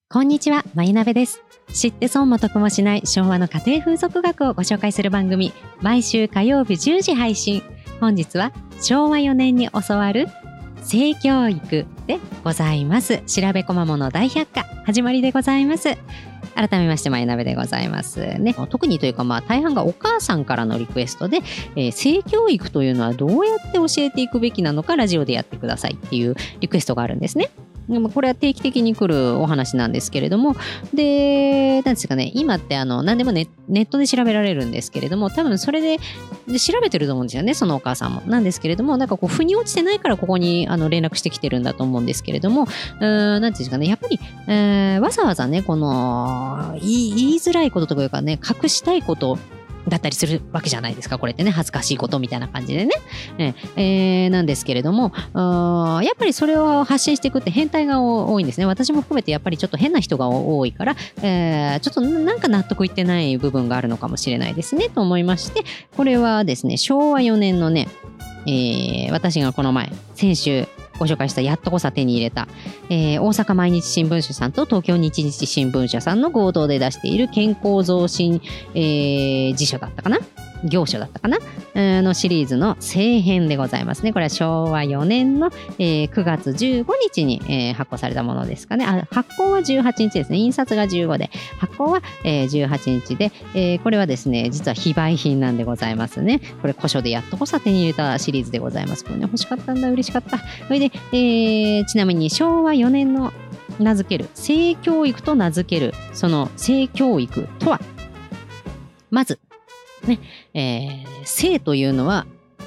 こんにちは、まゆなべです。知って損も得もしない昭和の家庭風俗学をご紹介する番組、毎週火曜日10時配信。本日は昭和4年に教わる性教育でございます。調べこまもの大百科始まりでございます。改めましてまゆなべでございますね。特にというか大半がお母さんからのリクエストで、性教育というのはどうやって教えていくべきなのかラジオでやってくださいっていうリクエストがあるんですね。でもこれは定期的に来るお話なんですけれども、で、なんですかね、今って何でもネットで調べられるんですけれども、多分それで調べてると思うんですよね、そのお母さんも。なんですけれども、なんかこう、腑に落ちてないからここに連絡してきてるんだと思うんですけれども、なんていうんですかね、やっぱり、わざわざね、この、言いづらいことというかね、隠したいことだったりするわけじゃないですか。これってね、恥ずかしいことみたいな感じでね。なんですけれども、やっぱりそれを発信していくって変態が多いんですね。私も含めてやっぱりちょっと変な人が多いから、ちょっとなんか納得いってない部分があるのかもしれないですね、と思いまして、これはですね、昭和4年のね、私がこの前、先週、ご紹介したやっとこさ手に入れた、大阪毎日新聞社さんと東京日日新聞社さんの合同で出している健康増進、辞書だったかな行書だったかなのシリーズの正編でございますね。これは昭和4年の、9月15日に、発行されたものですかね。発行は18日ですね。印刷が15で、発行は、18日で、これはですね、実は非売品なんでございますね。これ古書でやっとこさ手に入れたシリーズでございます。これね、欲しかったんだ、嬉しかった。それで、ちなみに昭和4年の名付ける性教育と名付けるその性教育とは、まずね、性というのは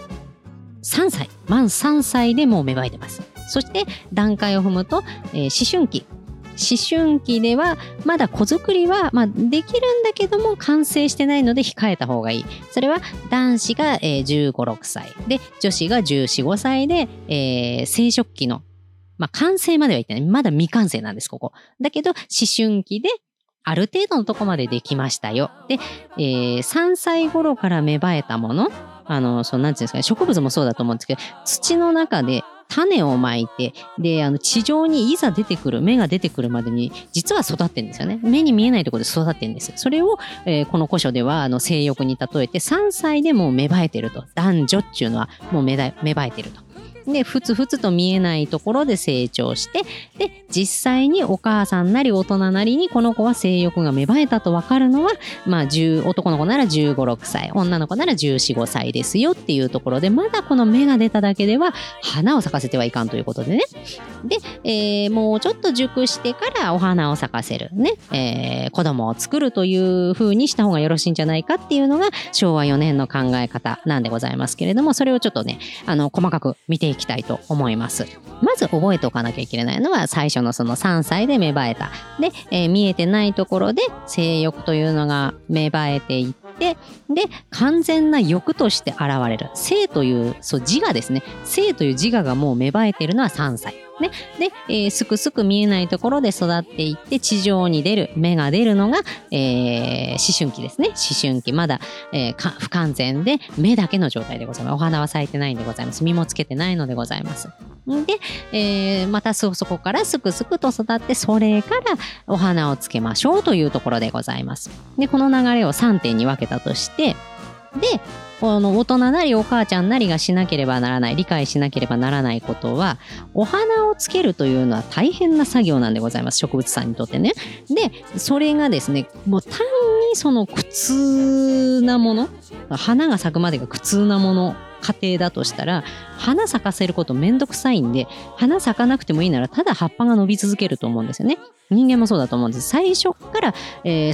満3歳でもう芽生えてます。そして段階を踏むと、思春期ではまだ子作りは、できるんだけども完成してないので控えた方がいい。それは男子が、15、6歳で女子が14、5歳で、生殖期の、完成まではいってない。まだ未完成なんです、ここ。だけど思春期である程度のとこまでできましたよ。で、3歳頃から芽生えたもの、なんていうんですかね、植物もそうだと思うんですけど、土の中で種をまいて、で、地上にいざ出てくる、芽が出てくるまでに、実は育ってるんですよね。目に見えないところで育ってるんですよ。それを、この古書では、性欲に例えて、3歳でもう芽生えてると。男女っていうのはもう芽生えてると。で、ふつふつと見えないところで成長して、で、実際にお母さんなり大人なりにこの子は性欲が芽生えたと分かるのは、男の子なら15、6歳、女の子なら14、5歳ですよっていうところで、まだこの芽が出ただけでは花を咲かせてはいかんということでね。で、もうちょっと熟してからお花を咲かせるね、子供を作るという風にした方がよろしいんじゃないかっていうのが昭和4年の考え方なんでございますけれども、それをちょっとね、細かく見ていきたいと思います。まず覚えておかなきゃいけないのは最初のその3歳で芽生えた。で、見えてないところで性欲というのが芽生えていって、で、完全な欲として現れる。性という、自我ですね。性という自我がもう芽生えているのは3歳。ね、で、すくすく見えないところで育っていって地上に出る芽が出るのが、思春期ですね。思春期まだ、不完全で芽だけの状態でございます。お花は咲いてないんでございます。実もつけてないのでございます。で、またそこからすくすくと育ってそれからお花をつけましょうというところでございます。で、この流れを3点に分けたとして、で、この大人なりお母ちゃんなりがしなければならない、理解しなければならないことは、お花をつけるというのは大変な作業なんでございます。植物さんにとってね。で、それがですね、もう単にその苦痛なもの、花が咲くまでが苦痛なもの、過程だとしたら、花咲かせることめんどくさいんで、花咲かなくてもいいならただ葉っぱが伸び続けると思うんですよね。人間もそうだと思うんです。最初から、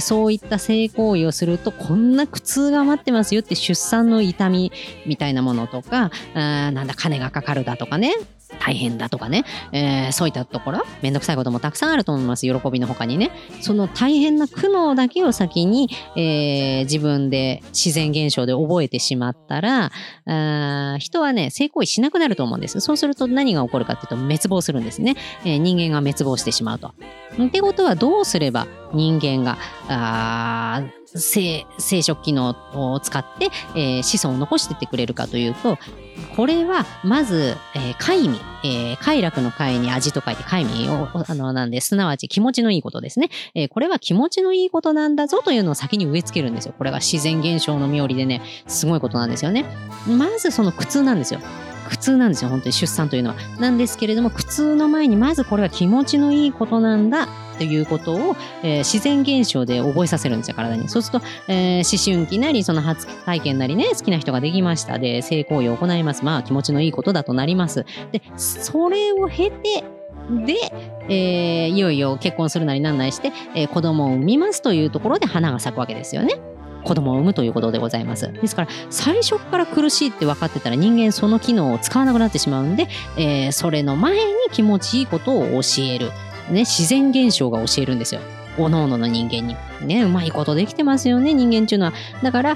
そういった性行為をするとこんな苦痛が待ってますよって出産の痛みみたいなものとか、なんだ金がかかるだとかね、大変だとかね、そういったところめんどくさいこともたくさんあると思います。喜びの他にね、その大変な苦悩だけを先に、自分で自然現象で覚えてしまったら、人はね性行為しなくなると思うんです。そうすると何が起こるかっていうと滅亡するんですね。人間が滅亡してしまうと。ってことはどうすれば人間が生殖機能を使って、子孫を残してってくれるかというと、これはまず、快味、快楽の快に味と書いて快味をなんで、すなわち気持ちのいいことですね、これは気持ちのいいことなんだぞというのを先に植え付けるんですよ。これが自然現象の妙理でね、すごいことなんですよね。まずその苦痛なんですよ。苦痛なんですよ、本当に出産というのは。なんですけれども、苦痛の前にまずこれは気持ちのいいことなんだということを、自然現象で覚えさせるんですよ、体に。そうすると、思春期なりその初体験なりね、好きな人ができました。で、性行為を行います。まあ気持ちのいいことだとなります。で、それを経て、で、いよいよ結婚するなりなんなりして、子供を産みますというところで花が咲くわけですよね。子供を産むということでございます。ですから最初から苦しいって分かってたら人間その機能を使わなくなってしまうんで、それの前に気持ちいいことを教える、ね、自然現象が教えるんですよ。おのおのの人間にね、うまいことできてますよね、人間っていうのは。だから、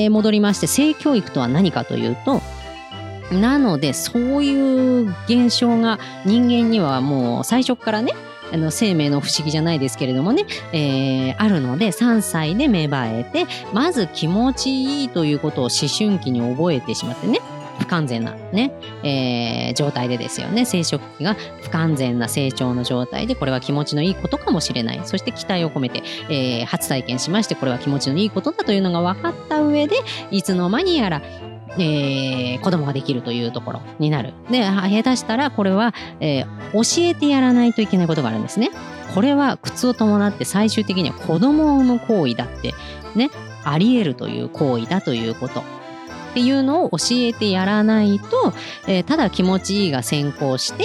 戻りまして、性教育とは何かというと、なのでそういう現象が人間にはもう最初からね、生命の不思議じゃないですけれどもね、あるので3歳で芽生えて、まず気持ちいいということを思春期に覚えてしまってね、不完全なね、状態でですよね。生殖器が不完全な成長の状態で、これは気持ちのいいことかもしれない。そして期待を込めて、初体験しまして、これは気持ちのいいことだというのが分かった上で、いつの間にやら子供ができるというところになる。で、下手したらこれは、教えてやらないといけないことがあるんですね。これは苦痛を伴って最終的には子供を産む行為だってね、あり得るという行為だということっていうのを教えてやらないと、ただ気持ちいいが先行して、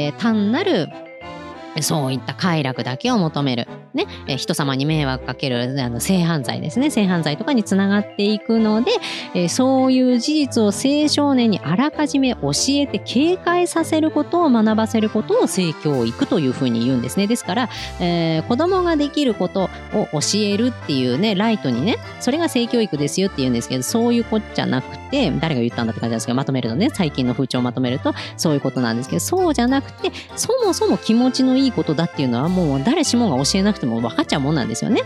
単なるそういった快楽だけを求める、ね、人様に迷惑かける性犯罪ですね、性犯罪とかにつながっていくので、そういう事実を青少年にあらかじめ教えて警戒させることを学ばせることを性教育というふうに言うんですね。ですから、子供ができることを教えるっていうね、ライトにね、それが性教育ですよって言うんですけど、そういうこっちゃなくて、誰が言ったんだって感じなんですけど、まとめるとね、最近の風潮をまとめるとそういうことなんですけど、そうじゃなくて、そもそも気持ちのいいことだっていうのはもう誰しもが教えなくても分かっちゃうもんなんですよね。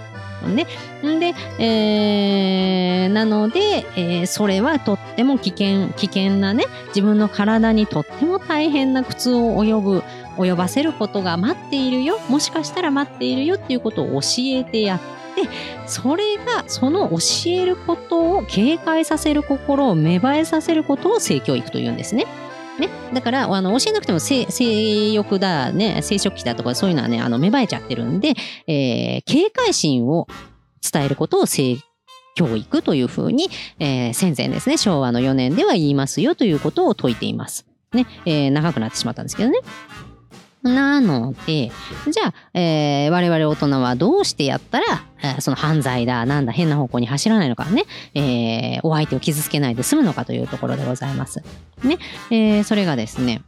なので、それはとっても危険なね、自分の体にとっても大変な苦痛を及ばせることが待っているよ、もしかしたら待っているよっていうことを教えてやって、それがその教えることを警戒させる心を芽生えさせることを性教育というんですね。ね、だから教えなくても性欲だね、生殖器だとかそういうのはね、芽生えちゃってるんで、警戒心を伝えることを性教育というふうに、戦前ですね、昭和の4年では言いますよということを説いていますね。長くなってしまったんですけどね。なので、じゃあ、我々大人はどうしてやったら、その犯罪だなんだ変な方向に走らないのかね、お相手を傷つけないで済むのかというところでございますね。それがですね、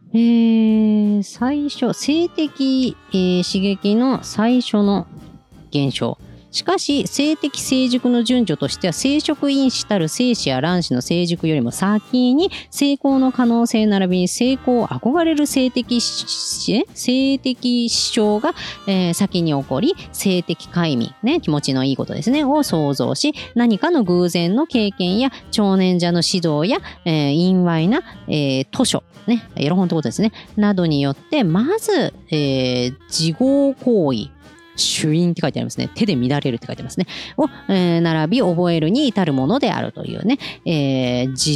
最初性的、刺激の最初の現象。しかし性的成熟の順序としては、生殖因子たる精子や卵子の成熟よりも先に成功の可能性並びに成功を憧れる性的支障が、先に起こり、性的快味、ね、気持ちのいいことですねを想像し、何かの偶然の経験や超年者の指導や、淫猥な、図書ね、エロ本ってことですねなどによって、まず、自合行為、主因って書いてありますね。手で乱れるって書いてますね。を、並び覚えるに至るものであるというね。自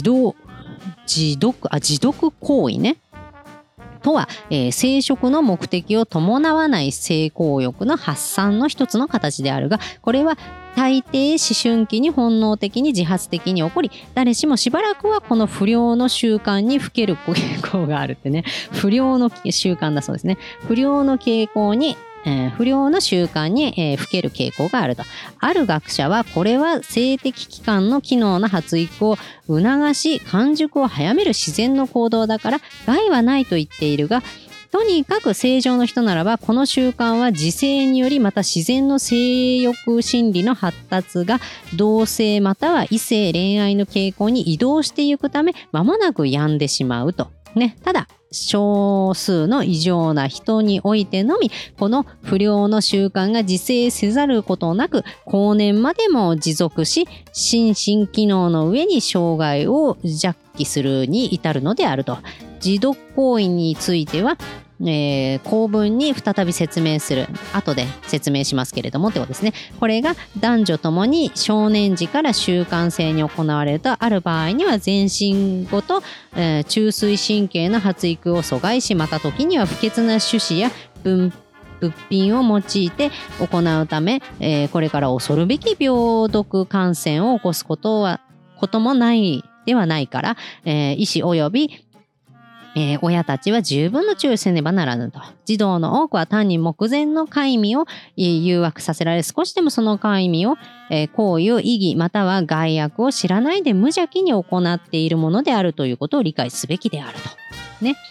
読行為ね。とは、生殖の目的を伴わない性行欲の発散の一つの形であるが、これは大抵思春期に本能的に自発的に起こり、誰しもしばらくはこの不良の習慣にふける傾向があるってね。不良の習慣だそうですね。不良の習慣に、ふける傾向があると。ある学者は、これは性的器官の機能の発育を促し、完熟を早める自然の行動だから害はないと言っているが、とにかく正常の人ならば、この習慣は自性により、また自然の性欲心理の発達が同性または異性恋愛の傾向に移動していくため、間もなく病んでしまうと。 ね、ただ少数の異常な人においてのみこの不良の習慣が自制せざることなく後年までも持続し心身機能の上に障害を弱気するに至るのであると。自読行為については後文に再び説明する。後で説明しますけれどもってことですね。これが男女ともに少年時から習慣性に行われるとある場合には全身ごと、中枢神経の発育を阻害しまた時には不潔な種子や物品を用いて行うため、これから恐るべき病毒感染を起こすこともないではないから、医師及び親たちは十分の注意せねばならぬと。児童の多くは単に目前の快味を誘惑させられ少しでもその快味を、行為意義または害悪を知らないで無邪気に行っているものであるということを理解すべきであると。ね。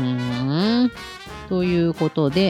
ということで、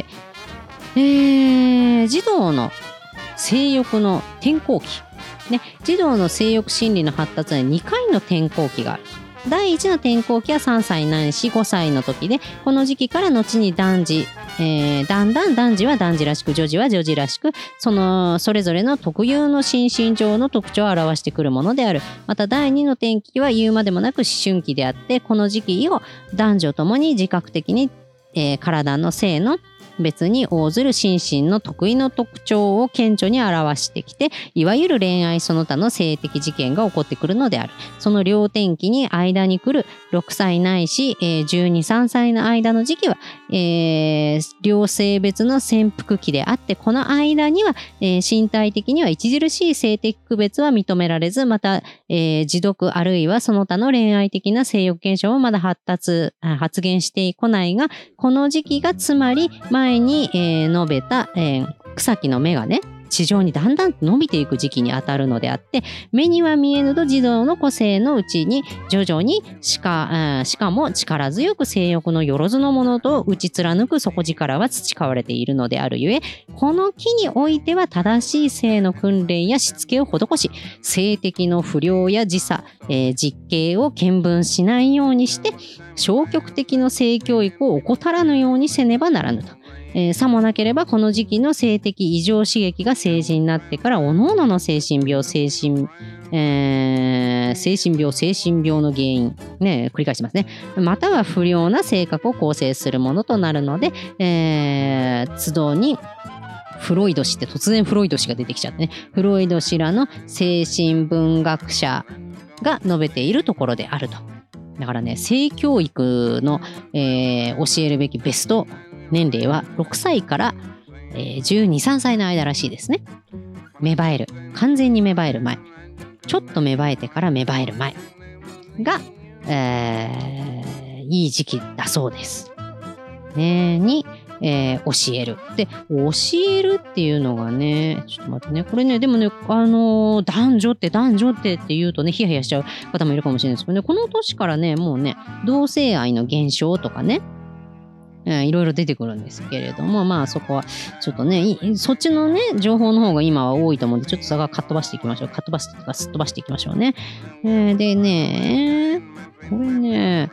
児童の性欲の転向期。ね、児童の性欲心理の発達は2回の転向期がある。第1の転向期は3歳ないし5歳の時でこの時期から後にだんだん男児は男児らしく女児は女児らしくそれぞれの特有の心身上の特徴を表してくるものである。また第2の転機は言うまでもなく思春期であってこの時期以後男女ともに自覚的に、体の性の別に応ずる心身の特異の特徴を顕著に表してきていわゆる恋愛その他の性的事件が起こってくるのである。その両転機に間に来る6歳ないし、12、3歳の間の時期は、両性別の潜伏期であってこの間には、身体的には著しい性的区別は認められずまた、自読あるいはその他の恋愛的な性欲現象もまだ発現してこないがこの時期がつまり前に、述べた、草木の芽がね地上にだんだん伸びていく時期にあたるのであって目には見えぬと児童の個性のうちに徐々にしかも力強く性欲のよろずのものと打ち貫く底力は培われているのであるゆえこの期においては正しい性の訓練やしつけを施し性的の不良や時差、実刑を見聞しないようにして消極的の性教育を怠らぬようにせねばならぬと。さもなければこの時期の性的異常刺激が成人になってから各々の精神病の原因ね繰り返しますねまたは不良な性格を構成するものとなるので、都度にフロイド氏って突然フロイド氏が出てきちゃってねフロイド氏らの精神文学者が述べているところであると。だからね性教育の、教えるべきベスト年齢は6歳から、12、3歳の間らしいですね。芽生える。完全に芽生える前。ちょっと芽生えてから芽生える前が、いい時期だそうです。に、教える。で、教えるっていうのがね、ちょっと待ってね。これね、でもね、男女って言うとね、ヒヤヒヤしちゃう方もいるかもしれないですけどね、この年からね、もうね、同性愛の減少とかね、いろいろ出てくるんですけれどもまあそこはちょっとねそっちのね情報の方が今は多いと思うんでちょっとそれがすっ飛ばしていきましょうね、でねこれね、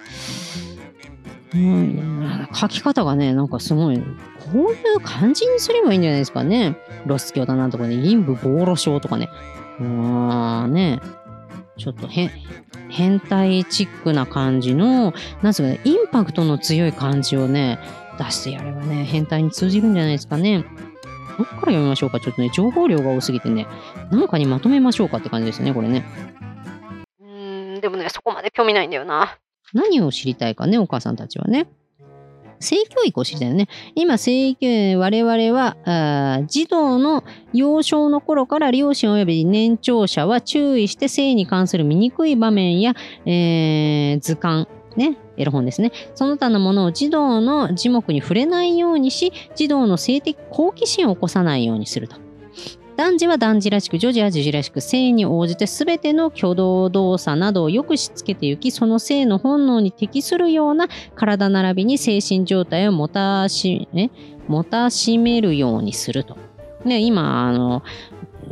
書き方がねなんかすごいこういう感じにすればいいんじゃないですかね。露出狂だなんとかね陰部暴露症とかねねちょっと変態チックな感じのなんすかねインパクトの強い感じをね出してやればね変態に通じるんじゃないですかね。どっから読みましょうか。ちょっとね情報量が多すぎてねなんかにまとめましょうかって感じですねこれね。でもねそこまで興味ないんだよな。何を知りたいかねお母さんたちはね。性教育を知りたいよね。今我々は児童の幼少の頃から両親及び年長者は注意して性に関する醜い場面や、図鑑ねエロ本ですねその他のものを児童の耳目に触れないようにし児童の性的好奇心を起こさないようにすると。男児は男児らしく女児は女児らしく性に応じて全ての挙動動作などをよくしつけてゆきその性の本能に適するような体並びに精神状態をもたしめるようにすると。ね、今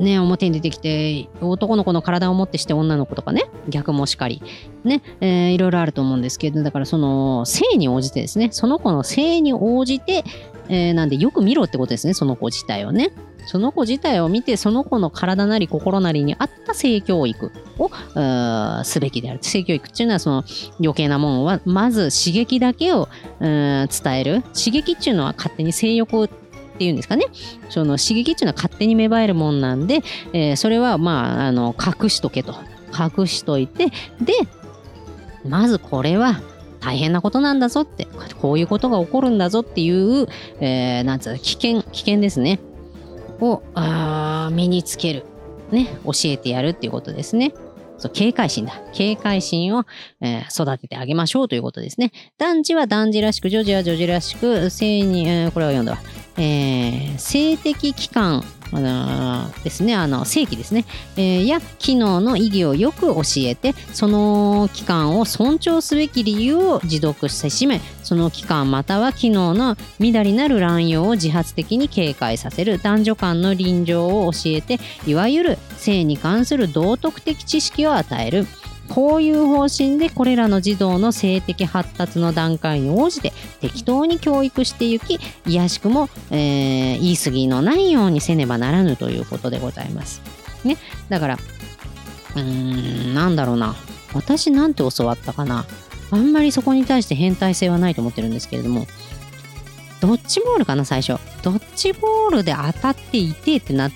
ね、表に出てきて男の子の体をもってして女の子とかね、逆もしかりね、いろいろあると思うんですけど、だからその性に応じてですね、その子の性に応じて、なんでよく見ろってことですね、その子自体をね。その子自体を見て、その子の体なり心なりに合った性教育をすべきである。性教育っていうのはその余計なもんはまず刺激だけを伝える。刺激っていうのは勝手に性欲っていうんですかね。その刺激っていうのは勝手に芽生えるもんなんで、それはまあ隠しとけと。隠しといて、でまずこれは大変なことなんだぞって、こういうことが起こるんだぞっていう、なんつうの、危険ですね。を身につける。ね、教えてやるっていうことですね。そう、警戒心だ。警戒心を、育ててあげましょうということですね。男児は男児らしく、女児は女児らしく、性に、これは読んだわ。性的器官ですね、性器ですね、や機能の意義をよく教えて、その器官を尊重すべき理由を持読せしめ、その器官または機能のみだりなる乱用を自発的に警戒させる。男女間の臨場を教えて、いわゆる性に関する道徳的知識を与える。こういう方針でこれらの児童の性的発達の段階に応じて適当に教育していき、いやしくも、言い過ぎのないようにせねばならぬということでございます。ね、だからなんだろうな、私なんて教わったかな。あんまりそこに対して変態性はないと思ってるんですけれども、ドッジボールかな、最初。ドッジボールで当たっていてってなって、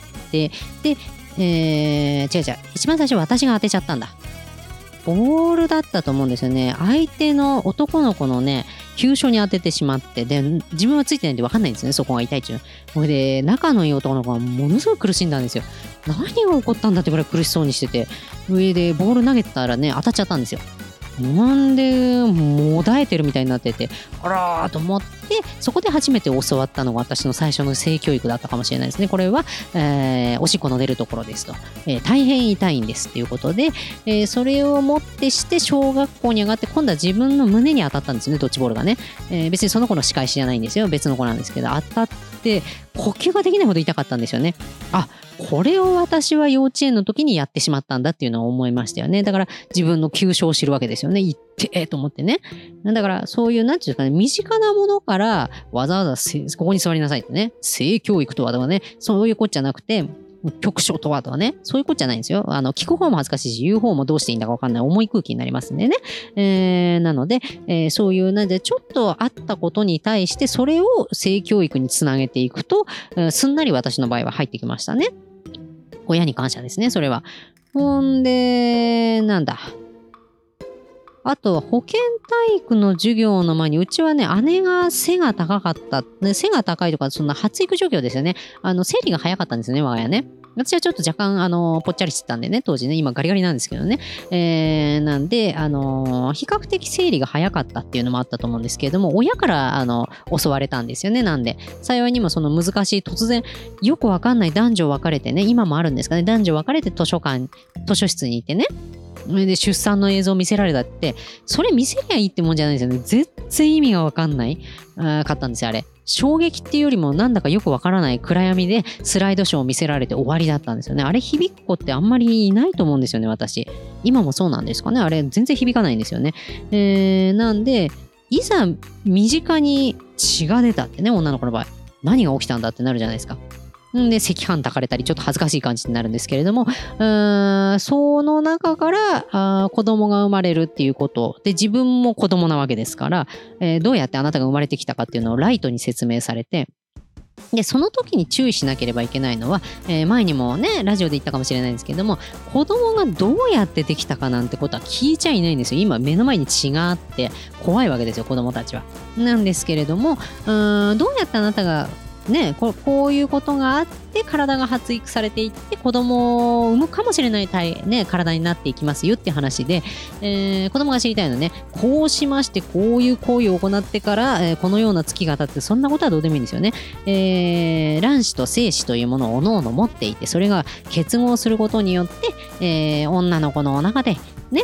で、違う、一番最初私が当てちゃったんだ。ボールだったと思うんですよね。相手の男の子のね、急所に当ててしまって、で、自分はついてないんで分かんないんですよね、そこが痛いっていうの。これで、仲のいい男の子はものすごい苦しんだんですよ。何が起こったんだってぐらい苦しそうにしてて、上でボール投げてたらね、当たっちゃったんですよ。なんで、もだえてるみたいになってて、あらーと思って、そこで初めて教わったのが私の最初の性教育だったかもしれないですね。これは、おしっこの出るところですと、大変痛いんですっていうことで、それをもってして小学校に上がって、今度は自分の胸に当たったんですよね、ドッジボールがね。別にその子の仕返しじゃないんですよ。別の子なんですけど、当たって、呼吸ができないほど痛かったんですよね。あ、これを私は幼稚園の時にやってしまったんだっていうのを思いましたよね。だから自分の急所を知るわけですよね。行ってと思ってね。だからそういう、なんていうんですかね、身近なものからわざわざここに座りなさいってね、性教育とはとかね、そういうこっちゃなくて、局所とはとかね、そういうことじゃないんですよ。聞く方も恥ずかしいし、言う方もどうしていいんだか分かんない重い空気になりますんでね。なので、そういう、なんで、ちょっとあったことに対して、それを性教育につなげていくと、すんなり私の場合は入ってきましたね。親に感謝ですね、それは。ほんで、なんだ。あとは保健体育の授業の前に、うちはね、姉が背が高かった。背が高いとか、そんな発育状況ですよね。生理が早かったんですよね、我が家ね。私はちょっと若干、ぽっちゃりしてたんでね、当時ね、今ガリガリなんですけどね。なんで、比較的生理が早かったっていうのもあったと思うんですけれども、親から、教われたんですよね。なんで、幸いにもその難しい、突然、よくわかんない男女分かれてね、今もあるんですかね、男女分かれて図書室にいてね、で出産の映像を見せられたって、それ見せりゃいいってもんじゃないですよね。全然意味がわかんないかったんですよ、あれ。衝撃っていうよりもなんだかよくわからない暗闇でスライドショーを見せられて終わりだったんですよね。あれ響く子ってあんまりいないと思うんですよね、私。今もそうなんですかね。あれ全然響かないんですよね。なんで、いざ身近に血が出たってね、女の子の場合。何が起きたんだってなるじゃないですか。で、赤飯炊かれたり、ちょっと恥ずかしい感じになるんですけれども、その中から子供が生まれるっていうことで、自分も子供なわけですから、どうやってあなたが生まれてきたかっていうのをライトに説明されて、で、その時に注意しなければいけないのは、前にもね、ラジオで言ったかもしれないんですけれども、子供がどうやってできたかなんてことは聞いちゃいないんですよ。今、目の前に血があって怖いわけですよ、子供たちは。なんですけれども、どうやってあなたがね、こういうことがあって体が発育されていって子供を産むかもしれない体になっていきますよって話で、子供が知りたいのね、こうしましてこういう行為を行ってから、このような月が経って、そんなことはどうでもいいんですよね。卵子と精子というものを各々持っていて、それが結合することによって、女の子のお腹でね、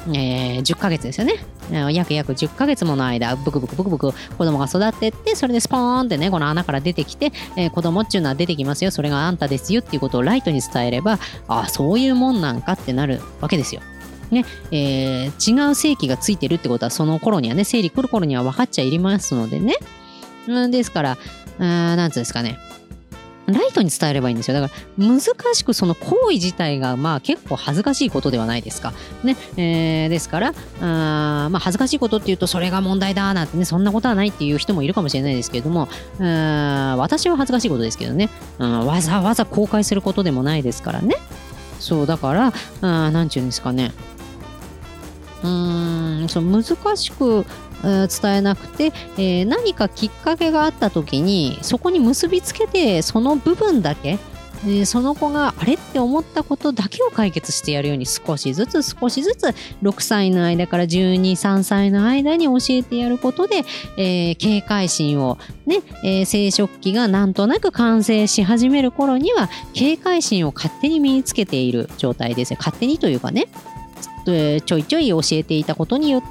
10ヶ月ですよね。約10ヶ月もの間、ブクブクブクブク子供が育ってって、それでスポーンってね、この穴から出てきて、子供っていうのは出てきますよ。それがあんたですよっていうことをライトに伝えれば、あ、そういうもんなんかってなるわけですよ。ね、違う正規がついてるってことは、その頃にはね、生理来る頃には分かっちゃいりますのでね。ですから、なんつうんですかね。ライトに伝えればいいんですよ。だから難しくその行為自体がまあ結構恥ずかしいことではないですか。ね。ですから、まあ恥ずかしいことっていうとそれが問題だなんてね、そんなことはないっていう人もいるかもしれないですけれども、私は恥ずかしいことですけどね、わざわざ公開することでもないですからね。そう、だから、なんちゅうんですかね。そう難しく伝えなくて、何かきっかけがあった時にそこに結びつけてその部分だけ、その子があれって思ったことだけを解決してやるように少しずつ6歳の間から12、3歳の間に教えてやることで、警戒心をね、生殖器がなんとなく完成し始める頃には警戒心を勝手に身につけている状態です。勝手にというかね。ちょいちょい教えていたことによって、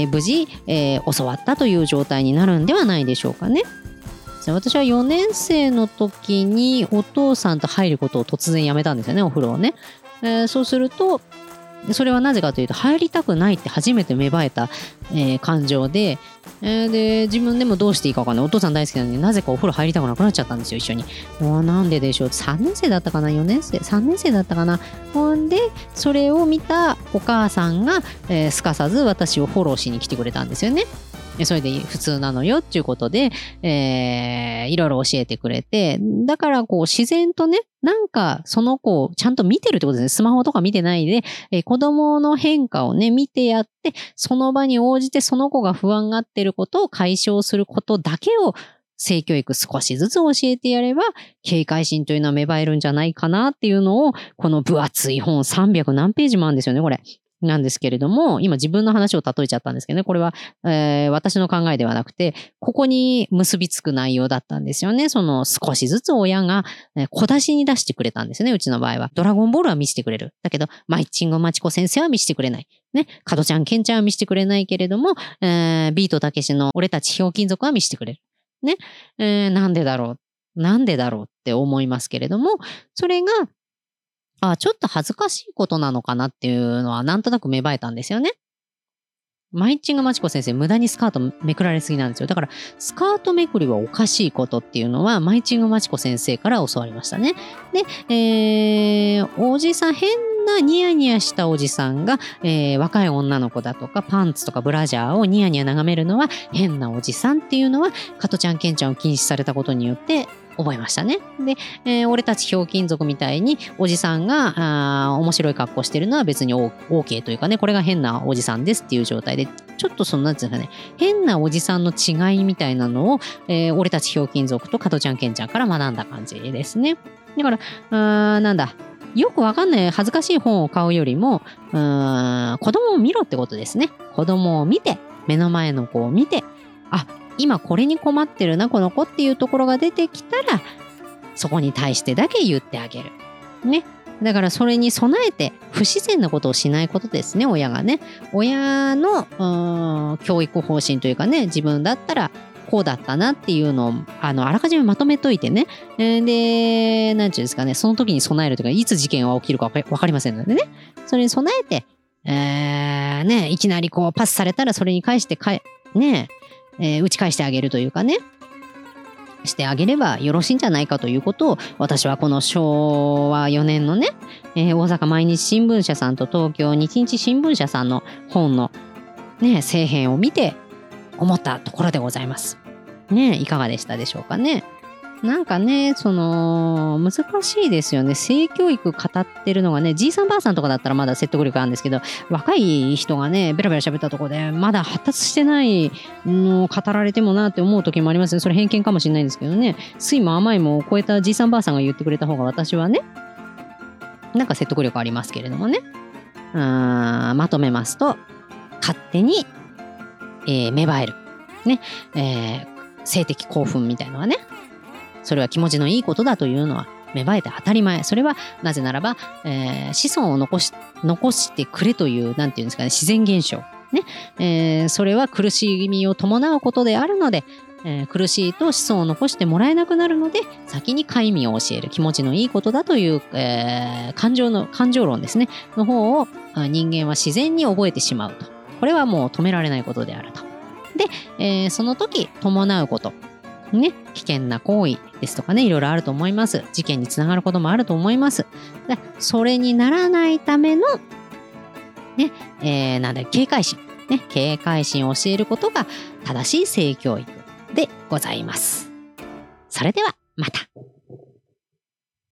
無事、教わったという状態になるんではないでしょうかね。私は4年生の時にお父さんと入ることを突然やめたんですよね、お風呂をね。そうするとそれはなぜかというと入りたくないって初めて芽生えた、感情で、で自分でもどうしていいか分かんない。お父さん大好きなのになぜかお風呂入りたくなくなっちゃったんですよ、一緒に。もうなんででしょう。3年生だったかな、4年生3年生だったかな。ほんでそれを見たお母さんが、すかさず私をフォローしに来てくれたんですよね。それで普通なのよっていうことで、いろいろ教えてくれて、だからこう自然とね、なんかその子をちゃんと見てるってことですね。スマホとか見てないで、子供の変化をね、見てやって、その場に応じてその子が不安がってることを解消することだけを性教育少しずつ教えてやれば、警戒心というのは芽生えるんじゃないかなっていうのを、この分厚い本300何ページもあるんですよね、これ。なんですけれども、今自分の話を例えちゃったんですけどね、これは、私の考えではなくて、ここに結びつく内容だったんですよね。その少しずつ親が小出しに出してくれたんですね、うちの場合は。ドラゴンボールは見せてくれる。だけど、マイチングマチコ先生は見せてくれない。ね、カドちゃん、ケンちゃんは見せてくれないけれども、ビートたけしの俺たちひょうきん族は見せてくれる。ね、なんでだろうって思いますけれども、それが、ちょっと恥ずかしいことなのかなっていうのはなんとなく芽生えたんですよね。マイチングマチコ先生、無駄にスカートめくられすぎなんですよ。だから、スカートめくりはおかしいことっていうのは、マイチングマチコ先生から教わりましたね。で、おじさん、変なニヤニヤしたおじさんが、若い女の子だとか、パンツとかブラジャーをニヤニヤ眺めるのは変なおじさんっていうのは、カトちゃん、ケンちゃんを禁止されたことによって、覚えましたね。で、俺たちひょうきん族みたいにおじさんが面白い格好してるのは別に OK というかね、これが変なおじさんですっていう状態で、ちょっとそのなんていうんですかね、変なおじさんの違いみたいなのを、俺たちひょうきん族と加トちゃんけんちゃんから学んだ感じですね。だから、なんだ、よくわかんない恥ずかしい本を買うよりも、子供を見ろってことですね。子供を見て、目の前の子を見て、今これに困ってるなこの子っていうところが出てきたらそこに対してだけ言ってあげる。ね。だからそれに備えて不自然なことをしないことですね、親がね。親の教育方針というかね、自分だったらこうだったなっていうのをあらかじめまとめといてね。で、なんていうんですかね、その時に備えるというか、いつ事件が起きるかわかりませんのでね。それに備えて、ね、いきなりこうパスされたらそれに返してね、打ち返してあげるというかね、してあげればよろしいんじゃないかということを、私はこの昭和4年のね、大阪毎日新聞社さんと東京日日新聞社さんの本のね、正編を見て思ったところでございます。ね、いかがでしたでしょうかね。なんかね、難しいですよね。性教育語ってるのがね、じいさんばあさんとかだったらまだ説得力あるんですけど、若い人がね、ベラベラ喋ったところで、まだ発達してないのを語られてもなって思う時もありますね。それ偏見かもしれないんですけどね、酸いも甘いも超えたじいさんばあさんが言ってくれた方が私はね、なんか説得力ありますけれどもね。まとめますと、勝手に、芽生える。ね、性的興奮みたいのはね、それは気持ちのいいことだというのは芽生えて当たり前。それはなぜならば、子孫を残してくれという、なんていうんですかね、自然現象。ね。それは苦しみを伴うことであるので、苦しいと子孫を残してもらえなくなるので、先に戒名を教える、気持ちのいいことだという、感情論ですね、の方を人間は自然に覚えてしまうと。これはもう止められないことであると。で、その時伴うこと。ね、危険な行為ですとかね、いろいろあると思います。事件につながることもあると思います。でそれにならないための、ね、警戒心。ね、警戒心を教えることが正しい性教育でございます。それではまた。